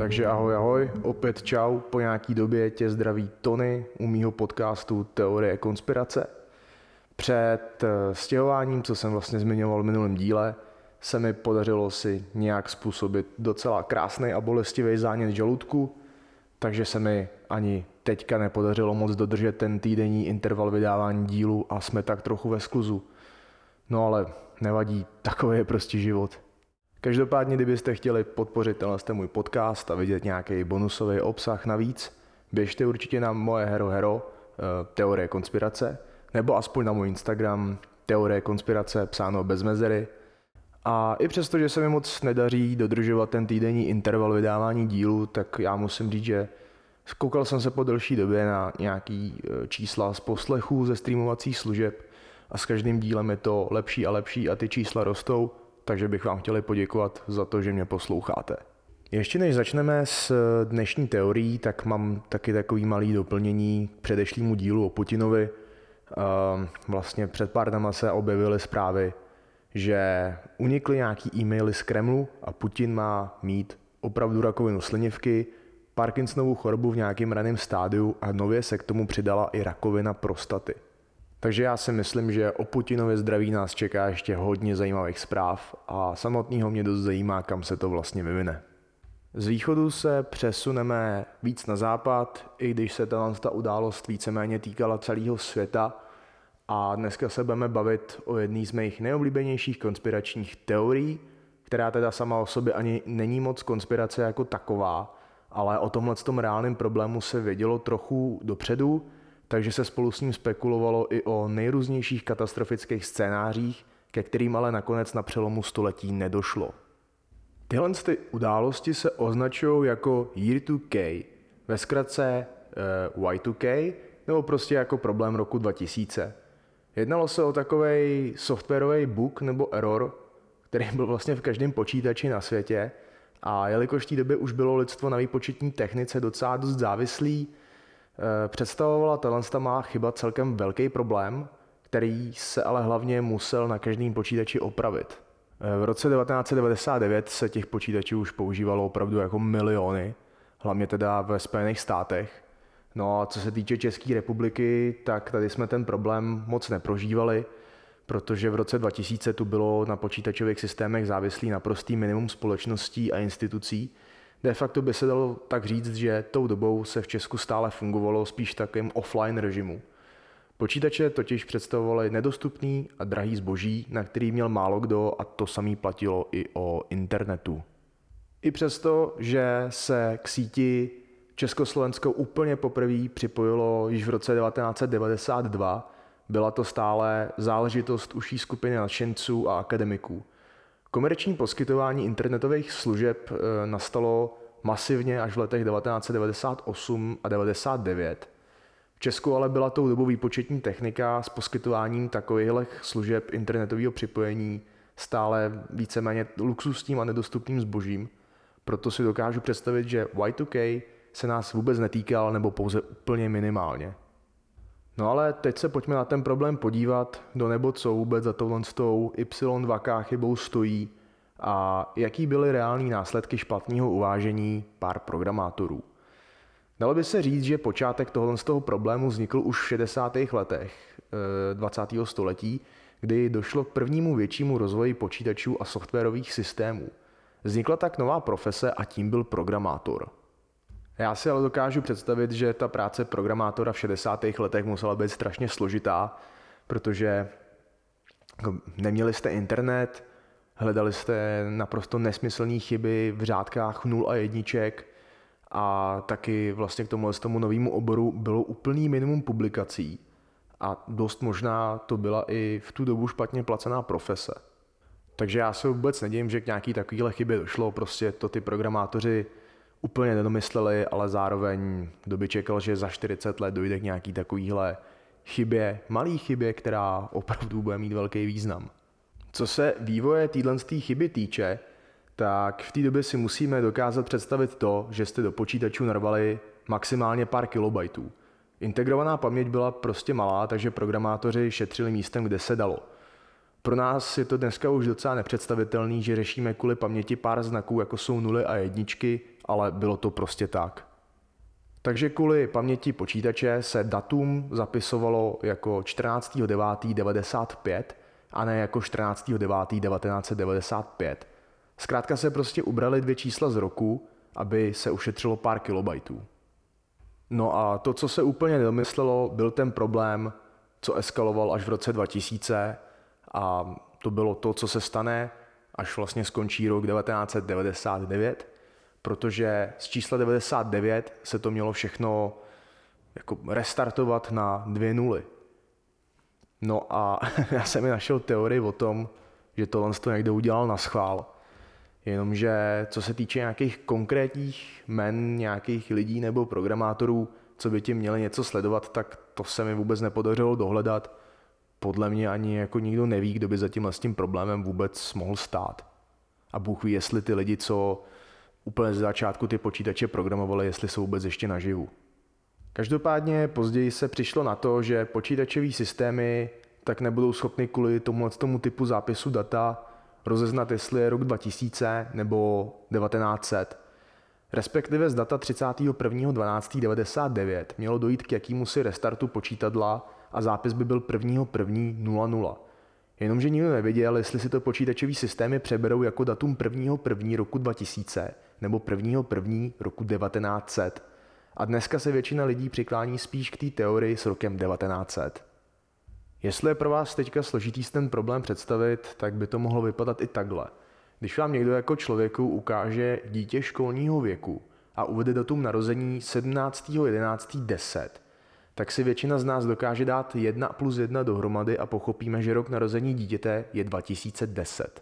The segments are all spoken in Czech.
Takže ahoj, ahoj, opět čau, po nějaký době tě zdraví Tony u mýho podcastu Teorie konspirace. Před stěhováním, co jsem vlastně zmiňoval v minulém díle, se mi podařilo si nějak způsobit docela krásný a bolestivý zánět žaludku, takže se mi ani teďka nepodařilo moc dodržet ten týdenní interval vydávání dílu a jsme tak trochu ve skluzu. No ale nevadí, takový je prostě život. Každopádně, kdybyste chtěli podpořit tenhle můj podcast a vidět nějaký bonusový obsah navíc, běžte určitě na moje hero Teorie konspirace, nebo aspoň na můj Instagram Teorie konspirace psáno bez mezery. A i přesto, že se mi moc nedaří dodržovat ten týdenní interval vydávání dílu, tak já musím říct, že koukal jsem se po delší době na nějaký čísla z poslechů ze streamovacích služeb a s každým dílem je to lepší a lepší a ty čísla rostou, takže bych vám chtěl poděkovat za to, že mě posloucháte. Ještě než začneme s dnešní teorií, tak mám taky takový malý doplnění k předešlému dílu o Putinovi. Vlastně před pár dnama se objevily zprávy, že unikly nějaký e-maily z Kremlu a Putin má mít opravdu rakovinu slinivky, Parkinsonovu chorobu v nějakém raném stádiu a nově se k tomu přidala i rakovina prostaty. Takže já si myslím, že o Putinově zdraví nás čeká ještě hodně zajímavých zpráv a samotného mě dost zajímá, kam se to vlastně vyvine. Z východu se přesuneme víc na západ, i když se ta událost víceméně týkala celého světa, a dneska se budeme bavit o jedné z mých nejoblíbenějších konspiračních teorií, která teda sama o sobě ani není moc konspirace jako taková, ale o tomhletom reálném problému se vědělo trochu dopředu, takže se spolu s ním spekulovalo i o nejrůznějších katastrofických scénářích, ke kterým ale nakonec na přelomu století nedošlo. Tyhle události se označují jako Year 2K, ve zkratce Y2K, nebo prostě jako problém roku 2000. Jednalo se o takovej softwarový bug nebo error, který byl vlastně v každém počítači na světě, a jelikož v té době už bylo lidstvo na výpočetní technice docela dost závislý, představovala tato malá chyba celkem velký problém, který se ale hlavně musel na každém počítači opravit. V roce 1999 se těch počítačů už používalo opravdu jako miliony, hlavně teda ve Spojených státech. No a co se týče České republiky, tak tady jsme ten problém moc neprožívali, protože v roce 2000 tu bylo na počítačových systémech závislý naprostý minimum společností a institucí. De facto by se dalo tak říct, že tou dobou se v Česku stále fungovalo spíš v takovém offline režimu. Počítače totiž představovaly nedostupný a drahý zboží, na který měl málo kdo, a to samé platilo i o internetu. I přesto, že se k síti Československo úplně poprvé připojilo již v roce 1992, byla to stále záležitost užší skupiny nadšenců a akademiků. Komerční poskytování internetových služeb nastalo masivně až v letech 1998 a 1999. V Česku ale byla tou dobou výpočetní technika s poskytováním takovýchhle služeb internetového připojení stále víceméně luxusním a nedostupným zbožím. Proto si dokážu představit, že Y2K se nás vůbec netýkal nebo pouze úplně minimálně. No ale teď se pojďme na ten problém podívat, do nebo co vůbec za touhletou Y2K chybou stojí a jaký byly reální následky špatného uvážení pár programátorů. Dalo by se říct, že počátek tohoto problému vznikl už v 60. letech 20. století, kdy došlo k prvnímu většímu rozvoji počítačů a softwarových systémů. Vznikla tak nová profese a tím byl programátor. Já si ale dokážu představit, že ta práce programátora v 60. letech musela být strašně složitá, protože neměli jste internet, hledali jste naprosto nesmyslné chyby v řádkách 0 a jedniček a taky vlastně k tomu novému oboru bylo úplný minimum publikací a dost možná to byla i v tu dobu špatně placená profese. Takže já se vůbec nedivím, že k nějaký takovýhle chybě došlo, prostě to ty programátoři úplně nedomysleli, ale zároveň kdo by čekal, že za 40 let dojde k nějaký takovýhle chybě, malý chybě, která opravdu bude mít velký význam. Co se vývoje této chyby týče, tak v té době si musíme dokázat představit to, že jste do počítačů narvali maximálně pár kilobajtů. Integrovaná paměť byla prostě malá, takže programátoři šetřili místem, kde se dalo. Pro nás je to dneska už docela nepředstavitelný, že řešíme kvůli paměti pár znaků, jako jsou nuly a jedničky, ale bylo to prostě tak. Takže kvůli paměti počítače se datum zapisovalo jako 14.9.95 a ne jako 14.9.1995. Zkrátka se prostě ubrali 2 čísla z roku, aby se ušetřilo pár kilobajtů. No a to, co se úplně nedomyslelo, byl ten problém, co eskaloval až v roce 2000 a to bylo to, co se stane, až vlastně skončí rok 1999, protože z čísla 99 se to mělo všechno jako restartovat na 2 nuly. No a já jsem mi našel teorii o tom, že tohle to někdo udělal naschvál. Jenomže co se týče nějakých konkrétních jmen nějakých lidí nebo programátorů, co by ti měli něco sledovat, tak to se mi vůbec nepodařilo dohledat. Podle mě ani jako nikdo neví, kdo by za tímhle s tím problémem vůbec mohl stát. A Bůh ví, jestli ty lidi, co úplně z začátku ty počítače programovali, jestli jsou vůbec ještě naživu. Každopádně později se přišlo na to, že počítačové systémy tak nebudou schopny kvůli tomu typu zápisu data rozeznat, jestli je rok 2000 nebo 1900. Respektive z data 31.12.99 mělo dojít k jakýmusi restartu počítadla a zápis by byl 1.1.00. Jenomže nikdo nevěděl, jestli si to počítačové systémy přeberou jako datum 1.1. roku 2000 nebo 1.1. roku 1900. A dneska se většina lidí přiklání spíš k té teorii s rokem 1900. Jestli je pro vás teďka složitý ten problém představit, tak by to mohlo vypadat i takhle. Když vám někdo jako člověku ukáže dítě školního věku a uvede datum narození 17.11.10, tak si většina z nás dokáže dát 1 plus 1 dohromady a pochopíme, že rok narození dítěte je 2010.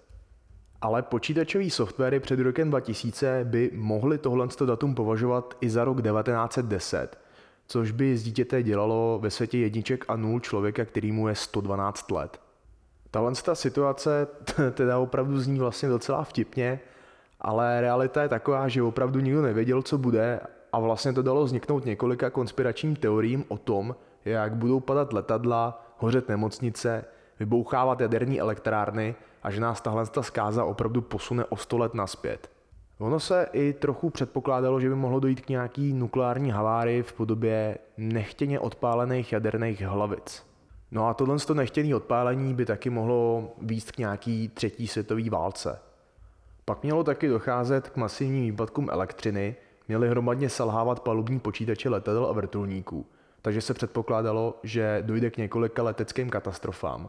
Ale počítačové softwary před rokem 2000 by mohly tohle datum považovat i za rok 1910, což by z dítěte dělalo ve světě jedniček a nul člověka, kterýmu je 112 let. Tahle situace teda opravdu zní vlastně docela vtipně, ale realita je taková, že opravdu nikdo nevěděl, co bude a vlastně to dalo vzniknout několika konspiračním teoriím o tom, jak budou padat letadla, hořet nemocnice, vybouchávat jaderní elektrárny a že nás tahle zkáza opravdu posune o 100 let nazpět. Ono se i trochu předpokládalo, že by mohlo dojít k nějaký nukleární havárii v podobě nechtěně odpálených jaderných hlavic. No a tohle nechtěné odpálení by taky mohlo vést k nějaký 3. světové válce. Pak mělo taky docházet k masivním výpadkům elektřiny, měly hromadně selhávat palubní počítače letadel a vrtulníků, takže se předpokládalo, že dojde k několika leteckým katastrofám.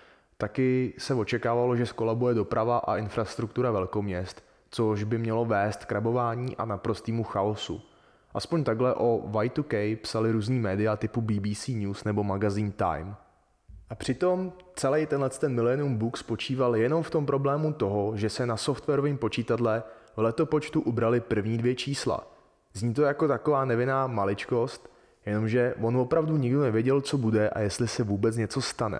Taky se očekávalo, že zkolabuje doprava a infrastruktura velkoměst, což by mělo vést k rabování a naprostému chaosu. Aspoň takhle o Y2K psali různý média typu BBC News nebo magazín Time. A přitom celý ten Millennium Book spočíval jenom v tom problému toho, že se na softwarovém počítadle v letopočtu ubrali první 2 čísla. Zní to jako taková nevinná maličkost, jenomže on opravdu nikdo nevěděl, co bude a jestli se vůbec něco stane.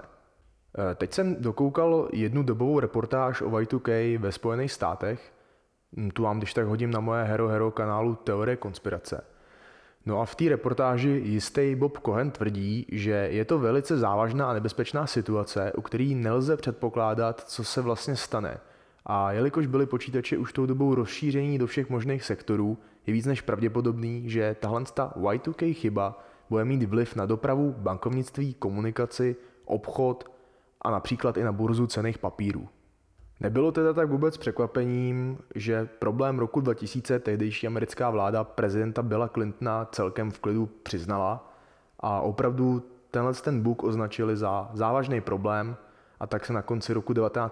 Teď jsem dokoukal jednu dobovou reportáž o Y2K ve Spojených státech, tu vám když tak hodím na moje Hero kanálu Teorie konspirace. No a v té reportáži jistý Bob Cohen tvrdí, že je to velice závažná a nebezpečná situace, u které nelze předpokládat, co se vlastně stane. A jelikož byly počítače už tou dobou rozšíření do všech možných sektorů, je víc než pravděpodobný, že tahle Y2K chyba bude mít vliv na dopravu, bankovnictví, komunikaci, obchod a například i na burzu cenných papírů. Nebylo teda tak vůbec překvapením, že problém roku 2000 tehdejší americká vláda prezidenta Billa Clintona celkem v klidu přiznala a opravdu ten book označili za závažný problém a tak se na konci roku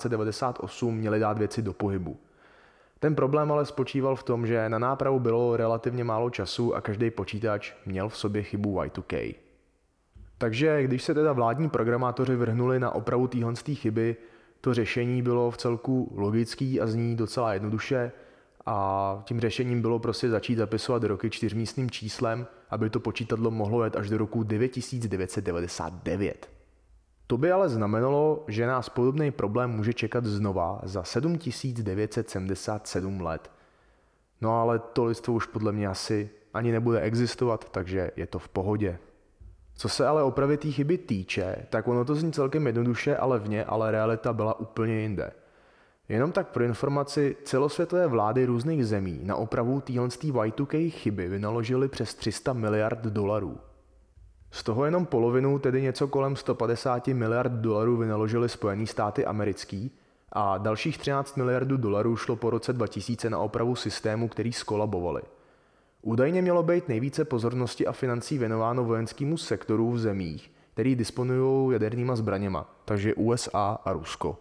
1998 měly dát věci do pohybu. Ten problém ale spočíval v tom, že na nápravu bylo relativně málo času a každý počítač měl v sobě chybu Y2K. Takže když se teda vládní programátoři vrhnuli na opravu téhle chyby, to řešení bylo v celku logický a zní docela jednoduše a tím řešením bylo prostě začít zapisovat roky 4místným číslem, aby to počítadlo mohlo jet až do roku 9999. To by ale znamenalo, že nás podobný problém může čekat znova za 7977 let. No ale to lidstvo už podle mě asi ani nebude existovat, takže je to v pohodě. Co se ale opravy té chyby týče, tak ono to zní celkem jednoduše a levně, ale realita byla úplně jinde. Jenom tak pro informaci, celosvětové vlády různých zemí na opravu téhle Y2K chyby vynaložily přes 300 miliard dolarů. Z toho jenom polovinu, tedy něco kolem 150 miliard dolarů vynaložily Spojené státy americký a dalších 13 miliardů dolarů šlo po roce 2000 na opravu systému, který skolabovaly. Údajně mělo být nejvíce pozornosti a financí věnováno vojenskému sektoru v zemích, který disponují jadernýma zbraněma, takže USA a Rusko.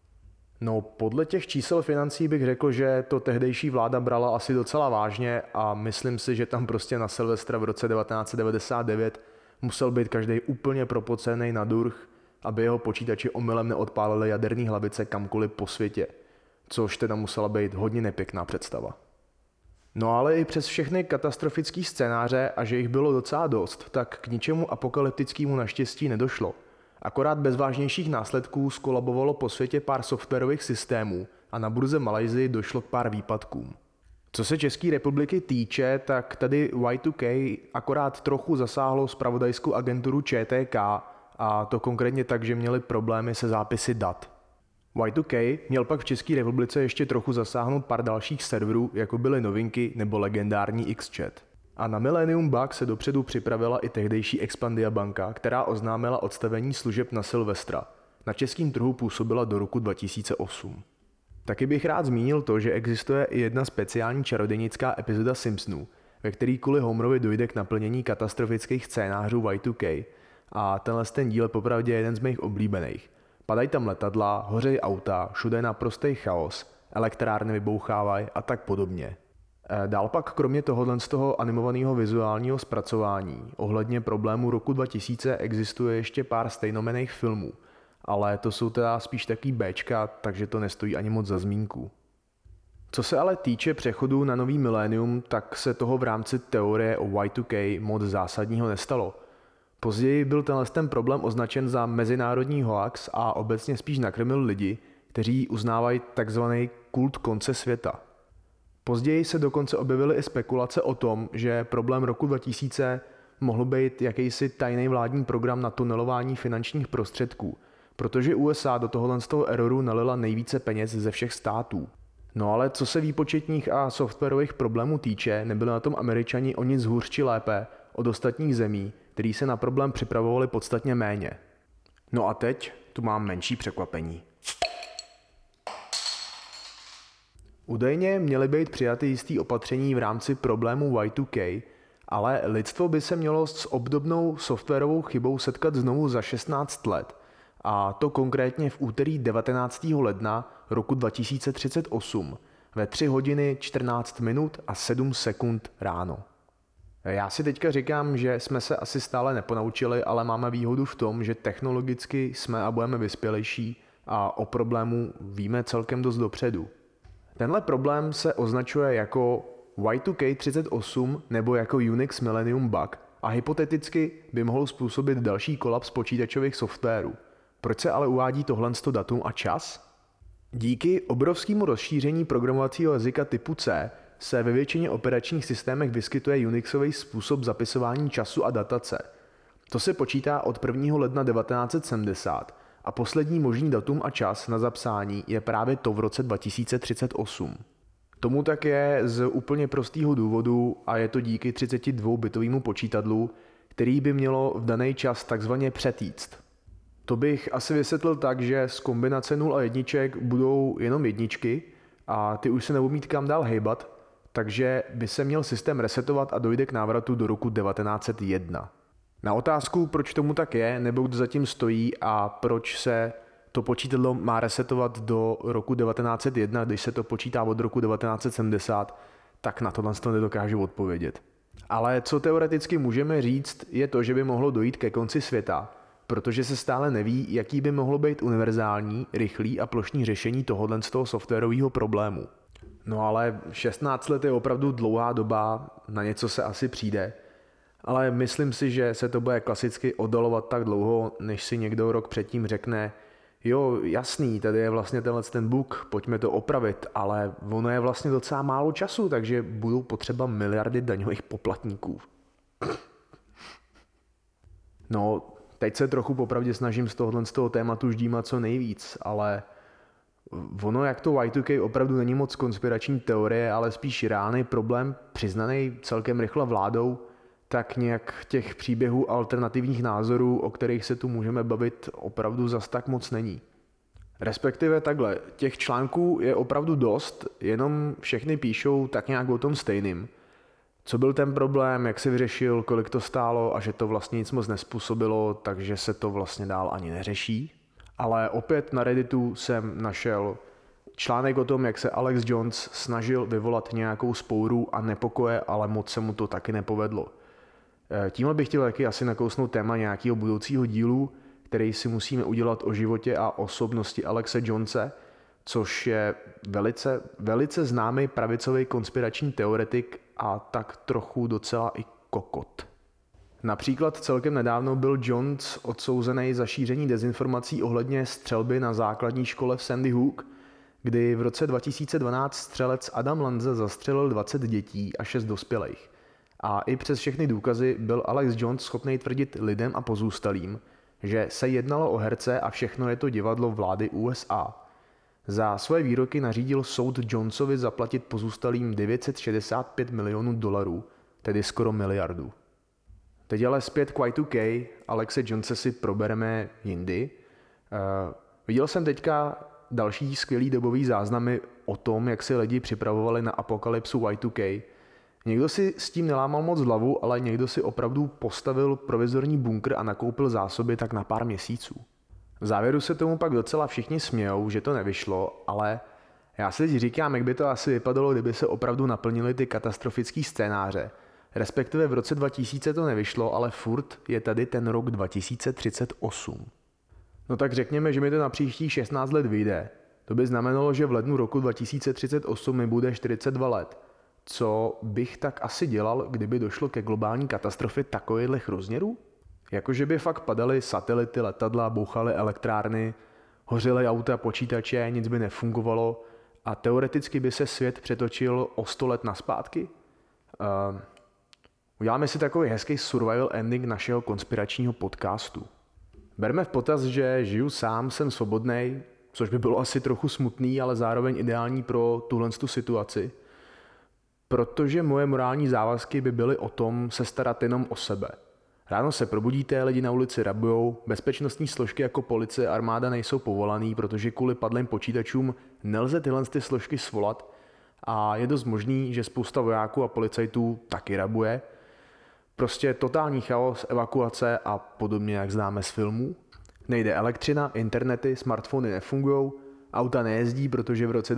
No, podle těch čísel financí bych řekl, že to tehdejší vláda brala asi docela vážně a myslím si, že tam prostě na Silvestra v roce 1999 musel být každý úplně propocený na durch, aby jeho počítači omylem neodpálili jaderný hlavice kamkoliv po světě, což teda musela být hodně nepěkná představa. No ale i přes všechny katastrofické scénáře a že jich bylo docela dost, tak k ničemu apokalyptickému naštěstí nedošlo. Akorát bez vážnějších následků skolabovalo po světě pár softwarových systémů a na burze Malajsii došlo k pár výpadkům. Co se České republiky týče, tak tady Y2K akorát trochu zasáhlo zpravodajskou agenturu ČTK a to konkrétně tak, že měli problémy se zápisy dat. Y2K měl pak v České republice ještě trochu zasáhnout pár dalších serverů, jako byly Novinky nebo legendární XChat. A na Millennium Bug se dopředu připravila i tehdejší Expandia banka, která oznámila odstavení služeb na Silvestra. Na českém trhu působila do roku 2008. Taky bych rád zmínil to, že existuje i jedna speciální čarodějnická epizoda Simpsonů, ve který kvůli Homerovi dojde k naplnění katastrofických scénářů Y2K a ten díl je popravdě jeden z mých oblíbených. Padají tam letadla, hořejí auta, všude je naprostý chaos, elektrárny vybouchávají a tak podobně. Dál pak kromě tohohle z toho animovaného vizuálního zpracování ohledně problému roku 2000 existuje ještě pár stejnomenných filmů, ale to jsou teda spíš taký Bčka, takže to nestojí ani moc za zmínku. Co se ale týče přechodu na nový milénium, tak se toho v rámci teorie o Y2K moc zásadního nestalo. Později byl ten problém označen za mezinárodní hoax a obecně spíš nakrmil lidi, kteří uznávají takzvaný kult konce světa. Později se dokonce objevily i spekulace o tom, že problém roku 2000 mohl být jakýsi tajný vládní program na tunelování finančních prostředků, protože USA do tohohle z toho eroru nalila nejvíce peněz ze všech států. No ale co se výpočetních a softwarových problémů týče, nebyli na tom Američani o nic hůř či lépe od ostatních zemí, který se na problém připravovali podstatně méně. No a teď tu mám menší překvapení. Údajně měly být přijaty jistý opatření v rámci problému Y2K, ale lidstvo by se mělo s obdobnou softwarovou chybou setkat znovu za 16 let, a to konkrétně v úterý 19. ledna roku 2038 ve 3 hodiny 14 minut a 7 sekund ráno. Já si teďka říkám, že jsme se asi stále neponaučili, ale máme výhodu v tom, že technologicky jsme a budeme vyspělejší a o problému víme celkem dost dopředu. Tenhle problém se označuje jako Y2K38 nebo jako Unix Millennium Bug a hypoteticky by mohl způsobit další kolaps počítačových softwarů. Proč se ale uvádí tohle datum a čas? Díky obrovskému rozšíření programovacího jazyka typu C se ve většině operačních systémech vyskytuje Unixový způsob zapisování času a datace. To se počítá od 1. ledna 1970 a poslední možný datum a čas na zapsání je právě to v roce 2038. Tomu tak je z úplně prostého důvodu a je to díky 32-bitovému počítadlu, který by mělo v daný čas takzvaně přetýct. To bych asi vysvětlil tak, že z kombinace 0 a jedniček budou jenom jedničky a ty už se nebudou mít kam dál hejbat, takže by se měl systém resetovat a dojde k návratu do roku 1901. Na otázku, proč tomu tak je, nebo kdo zatím stojí a proč se to počítadlo má resetovat do roku 1901, když se to počítá od roku 1970, tak na tohle to nedokážu odpovědět. Ale co teoreticky můžeme říct, je to, že by mohlo dojít ke konci světa, protože se stále neví, jaký by mohlo být univerzální, rychlý a plošný řešení tohohle z toho softwarového problému. No ale 16 let je opravdu dlouhá doba, na něco se asi přijde, ale myslím si, že se to bude klasicky oddalovat tak dlouho, než si někdo rok předtím řekne, jo, jasný, tady je vlastně ten bug, pojďme to opravit, ale ono je vlastně docela málo času, takže budou potřeba miliardy daňových poplatníků. No, teď se trochu popravdě snažím z toho tématu ždímat co nejvíc, ale Ono, jak to Y2K opravdu není moc konspirační teorie, ale spíš reálný problém, přiznaný celkem rychle vládou, tak nějak těch příběhů alternativních názorů, o kterých se tu můžeme bavit, opravdu zas tak moc není. Respektive takhle, těch článků je opravdu dost, jenom všechny píšou tak nějak o tom stejným. Co byl ten problém, jak se vyřešil, kolik to stálo a že to vlastně nic moc nespůsobilo, takže se to vlastně dál ani neřeší. Ale opět na Redditu jsem našel článek o tom, jak se Alex Jones snažil vyvolat nějakou vzpouru a nepokoje, ale moc se mu to taky nepovedlo. Tímhle bych chtěl taky asi nakousnout téma nějakého budoucího dílu, který si musíme udělat o životě a osobnosti Alexe Jonese, což je velice známý pravicový konspirační teoretik a tak trochu docela i kokot. Například celkem nedávno byl Jones odsouzený za šíření dezinformací ohledně střelby na základní škole v Sandy Hook, kdy v roce 2012 střelec Adam Lanza zastřelil 20 dětí a 6 dospělých. A i přes všechny důkazy byl Alex Jones schopný tvrdit lidem a pozůstalým, že se jednalo o herce a všechno je to divadlo vlády USA. Za své výroky nařídil soud Jonesovi zaplatit pozůstalým $965 milionů, tedy skoro miliardu. Teď ale zpět k Y2K, Alexe Jonese si probereme jindy. Viděl jsem teďka další skvělý dobový záznamy o tom, jak se lidi připravovali na apokalypsu Y2K. Někdo si s tím nelámal moc hlavu, ale někdo si opravdu postavil provizorní bunkr a nakoupil zásoby tak na pár měsíců. V závěru se tomu pak docela všichni smějou, že to nevyšlo, ale já si teď říkám, jak by to asi vypadalo, kdyby se opravdu naplnily ty katastrofické scénáře. Respektive v roce 2000 to nevyšlo, ale furt je tady ten rok 2038. No tak řekněme, že mi to na příští 16 let vyjde. To by znamenalo, že v lednu roku 2038 mi bude 42 let. Co bych tak asi dělal, kdyby došlo ke globální katastrofě takových rozměrů? Jakože by fakt padaly satelity, letadla, bouchaly elektrárny, hořely auta, počítače, nic by nefungovalo a teoreticky by se svět přetočil o 100 let naspátky? Uděláme si takový hezký survival ending našeho konspiračního podcastu. Berme v potaz, že žiju sám, jsem svobodnej, což by bylo asi trochu smutný, ale zároveň ideální pro tuhle situaci, protože moje morální závazky by byly o tom se starat jenom o sebe. Ráno se probudíte, lidi na ulici rabujou, bezpečnostní složky jako policie a armáda nejsou povolaný, protože kvůli padlým počítačům nelze tyhle složky svolat a je dost možný, že spousta vojáků a policajtů taky rabuje. Prostě totální chaos, evakuace a podobně, jak známe z filmů. Nejde elektřina, internety, smartfony nefungujou, auta nejezdí, protože v roce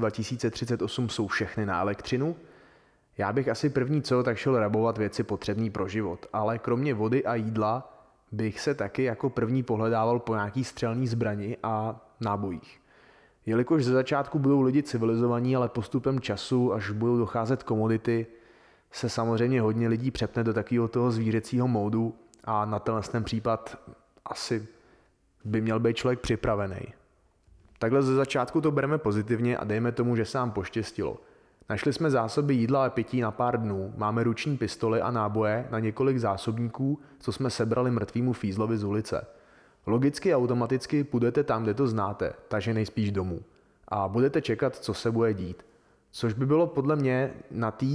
2038 jsou všechny na elektřinu. Já bych asi první tak šel rabovat věci potřebný pro život, ale kromě vody a jídla bych se taky jako první pohledával po nějaký střelný zbrani a nábojích. Jelikož ze začátku budou lidi civilizovaní, ale postupem času, až budou docházet komodity, se samozřejmě hodně lidí přepne do takového toho zvířecího módu a na ten případ asi by měl být člověk připravený. Takhle ze začátku to bereme pozitivně a dejme tomu, že se nám poštěstilo. Našli jsme zásoby jídla a pití na pár dnů, máme ruční pistoli a náboje na několik zásobníků, co jsme sebrali mrtvýmu fízlovi z ulice. Logicky a automaticky půjdete tam, kde to znáte, takže nejspíš domů. A budete čekat, co se bude dít. Což by bylo podle mě na té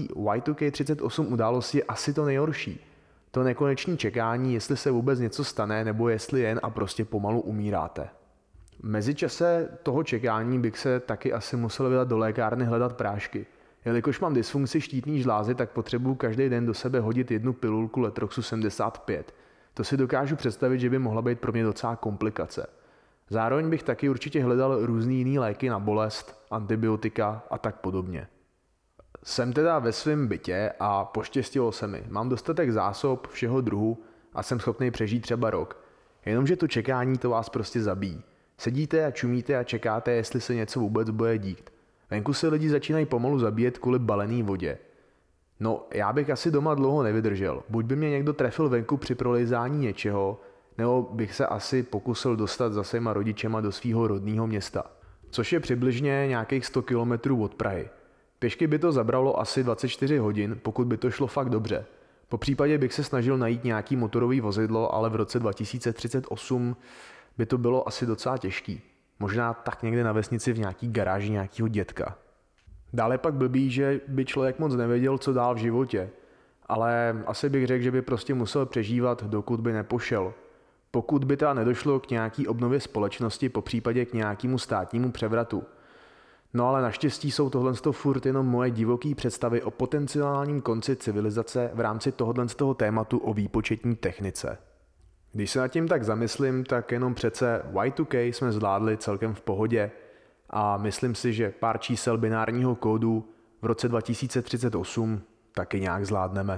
Y2K38 události asi to nejhorší. To nekonečné čekání, jestli se vůbec něco stane, nebo jestli jen a prostě pomalu umíráte. V mezičase toho čekání bych se taky asi musel vydat do lékárny hledat prášky. Jelikož mám dysfunkci štítné žlázy, tak potřebuji každý den do sebe hodit jednu pilulku Letroxu 75. To si dokážu představit, že by mohla být pro mě docela komplikace. Zároveň bych taky určitě hledal různý jiný léky na bolest, antibiotika a tak podobně. Jsem teda ve svém bytě a poštěstilo se mi. Mám dostatek zásob všeho druhu a jsem schopný přežít třeba rok. Jenomže to čekání to vás prostě zabíjí. Sedíte a čumíte a čekáte, jestli se něco vůbec bude dít. Venku se lidi začínají pomalu zabíjet kvůli balený vodě. No, já bych asi doma dlouho nevydržel. Buď by mě někdo trefil venku při prolizání něčeho, nebo bych se asi pokusil dostat za svýma rodičema do svého rodného města. Což je přibližně nějakých 100 kilometrů od Prahy. Pěšky by to zabralo asi 24 hodin, pokud by to šlo fakt dobře. Po případě bych se snažil najít nějaký motorový vozidlo, ale v roce 2038 by to bylo asi docela těžký. Možná tak někde na vesnici v nějaký garáži nějakého dětka. Dále pak blbý, že by člověk moc nevěděl, co dál v životě. Ale asi bych řekl, že by prostě musel přežívat, dokud by nepošel. Pokud by teda nedošlo k nějaký obnově společnosti, popřípadě k nějakému státnímu převratu. No ale naštěstí jsou tohle furt jenom moje divoký představy o potenciálním konci civilizace v rámci tohohle tématu o výpočetní technice. Když se nad tím tak zamyslím, tak jenom přece Y2K jsme zvládli celkem v pohodě a myslím si, že pár čísel binárního kódu v roce 2038 taky nějak zvládneme.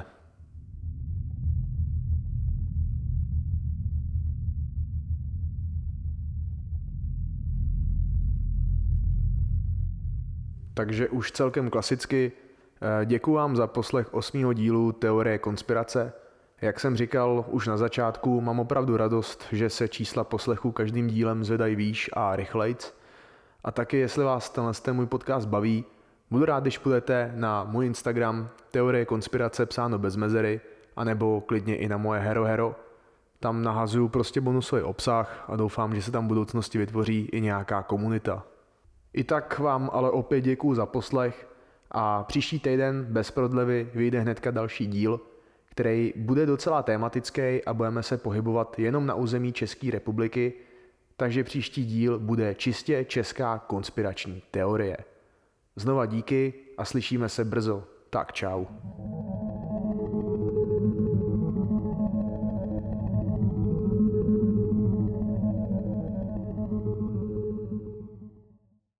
Takže už celkem klasicky děkuji vám za poslech 8. dílu Teorie konspirace. Jak jsem říkal už na začátku, mám opravdu radost, že se čísla poslechu každým dílem zvedají výš a rychlejc. A taky, jestli vás tenhle můj podcast baví, budu rád, když půjdete na můj Instagram Teorie konspirace psáno bez mezery, anebo klidně i na moje Hero. Tam nahazuju prostě bonusový obsah a doufám, že se tam v budoucnosti vytvoří i nějaká komunita. I tak vám ale opět děkuju za poslech a příští týden bez prodlevy vyjde hnedka další díl, který bude docela tematický a budeme se pohybovat jenom na území České republiky, takže příští díl bude čistě česká konspirační teorie. Znova díky a slyšíme se brzo. Tak čau.